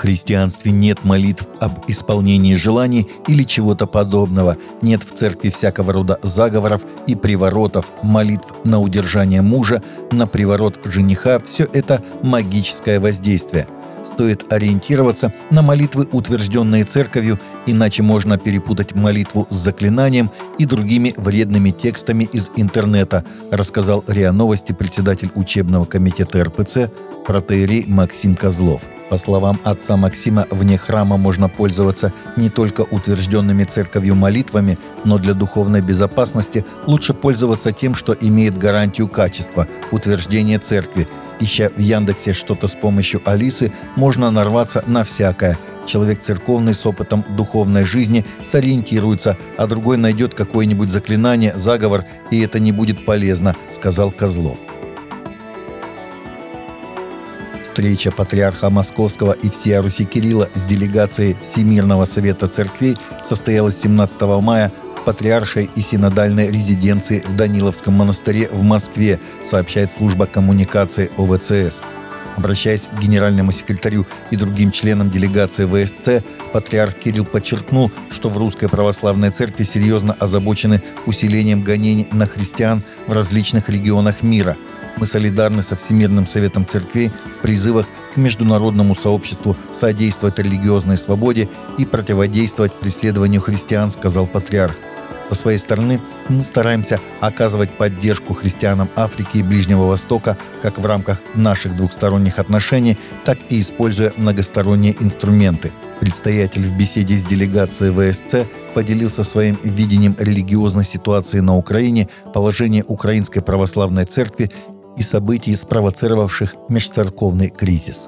христианстве нет молитв об исполнении желаний или чего-то подобного. Нет в церкви всякого рода заговоров и приворотов, молитв на удержание мужа, на приворот жениха. Все это магическое воздействие. Стоит ориентироваться на молитвы, утвержденные церковью, иначе можно перепутать молитву с заклинанием и другими вредными текстами из интернета, рассказал РИА Новости председатель учебного комитета РПЦ протоиерей Максим Козлов. По словам отца Максима, вне храма можно пользоваться не только утвержденными церковью молитвами, но для духовной безопасности лучше пользоваться тем, что имеет гарантию качества – утверждение церкви. Ища в Яндексе что-то с помощью Алисы, можно нарваться на всякое. Человек церковный с опытом духовной жизни сориентируется, а другой найдет какое-нибудь заклинание, заговор, и это не будет полезно, сказал Козлов. Встреча патриарха Московского и всея Руси Кирилла с делегацией Всемирного Совета Церквей состоялась 17 мая в Патриаршей и Синодальной резиденции в Даниловском монастыре в Москве, сообщает служба коммуникации ОВЦС. Обращаясь к генеральному секретарю и другим членам делегации ВСЦ, патриарх Кирилл подчеркнул, что в Русской Православной Церкви серьезно озабочены усилением гонений на христиан в различных регионах мира. Мы солидарны со Всемирным Советом Церквей в призывах к международному сообществу содействовать религиозной свободе и противодействовать преследованию христиан, сказал патриарх. Со своей стороны мы стараемся оказывать поддержку христианам Африки и Ближнего Востока как в рамках наших двухсторонних отношений, так и используя многосторонние инструменты. Предстоятель в беседе с делегацией ВСЦ поделился своим видением религиозной ситуации на Украине, положения Украинской Православной Церкви и событий, спровоцировавших межцерковный кризис.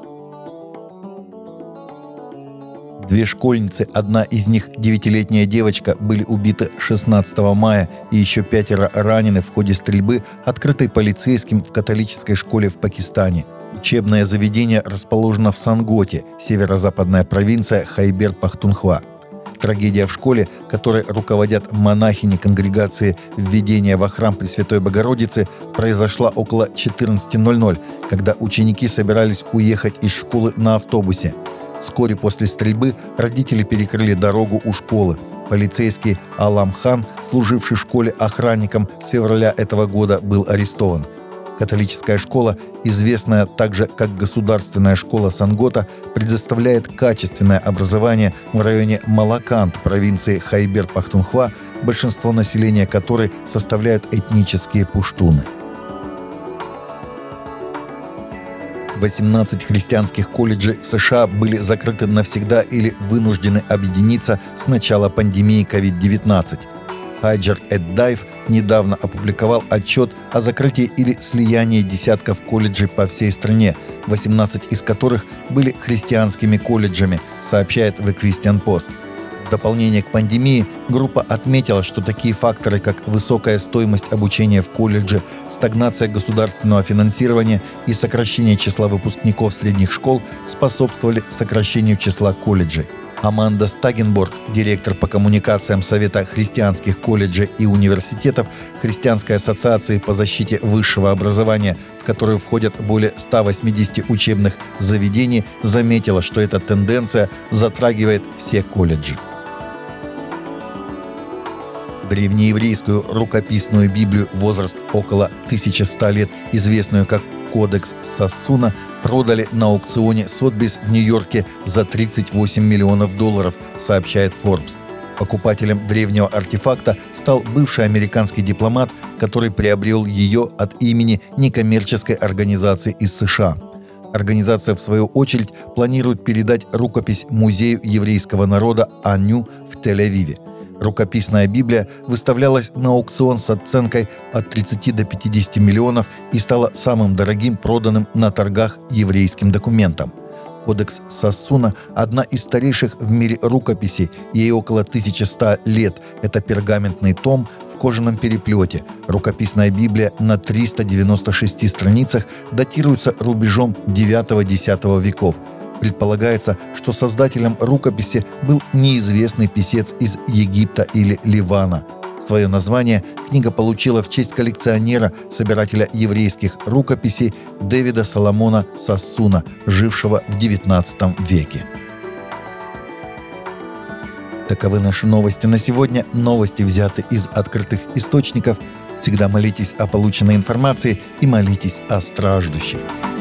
Две школьницы, одна из них 9-летняя девочка, были убиты 16 мая и еще 5 ранены в ходе стрельбы, открытой полицейским в католической школе в Пакистане. Учебное заведение расположено в Санготе, северо-западная провинция Хайбер-Пахтунхва. Трагедия в школе, которой руководят монахини конгрегации введения во храм Пресвятой Богородицы, произошла около 14:00, когда ученики собирались уехать из школы на автобусе. Вскоре после стрельбы родители перекрыли дорогу у школы. Полицейский Алам Хан, служивший в школе охранником с февраля этого года, был арестован. Католическая школа, известная также как Государственная школа Сангота, предоставляет качественное образование в районе Малаканд, провинции Хайбер-Пахтунхва, большинство населения которой составляют этнические пуштуны. 18 христианских колледжей в США были закрыты навсегда или вынуждены объединиться с начала пандемии COVID-19. Хайджер Эддайв недавно опубликовал отчет о закрытии или слиянии десятков колледжей по всей стране, 18 из которых были христианскими колледжами, сообщает The Christian Post. В дополнение к пандемии группа отметила, что такие факторы, как высокая стоимость обучения в колледже, стагнация государственного финансирования и сокращение числа выпускников средних школ способствовали сокращению числа колледжей. Аманда Стагенборг, директор по коммуникациям Совета христианских колледжей и университетов Христианской ассоциации по защите высшего образования, в которую входят более 180 учебных заведений, заметила, что эта тенденция затрагивает все колледжи. Древнееврейскую рукописную Библию возраст около 1100 лет, известную как Кодекс Сассуна, продали на аукционе Сотбис в Нью-Йорке за $38 миллионов, сообщает Forbes. Покупателем древнего артефакта стал бывший американский дипломат, который приобрел ее от имени некоммерческой организации из США. Организация, в свою очередь, планирует передать рукопись Музею еврейского народа АНЮ в Тель-Авиве. Рукописная Библия выставлялась на аукцион с оценкой от 30 до 50 миллионов и стала самым дорогим проданным на торгах еврейским документом. Кодекс Сассуна – одна из старейших в мире рукописей, ей около 1100 лет. Это пергаментный том в кожаном переплете. Рукописная Библия на 396 страницах датируется рубежом IX-X веков. Предполагается, что создателем рукописи был неизвестный писец из Египта или Ливана. Свое название книга получила в честь коллекционера, собирателя еврейских рукописей Дэвида Соломона Сассуна, жившего в XIX веке. Таковы наши новости на сегодня. Новости взяты из открытых источников. Всегда молитесь о полученной информации и молитесь о страждущих.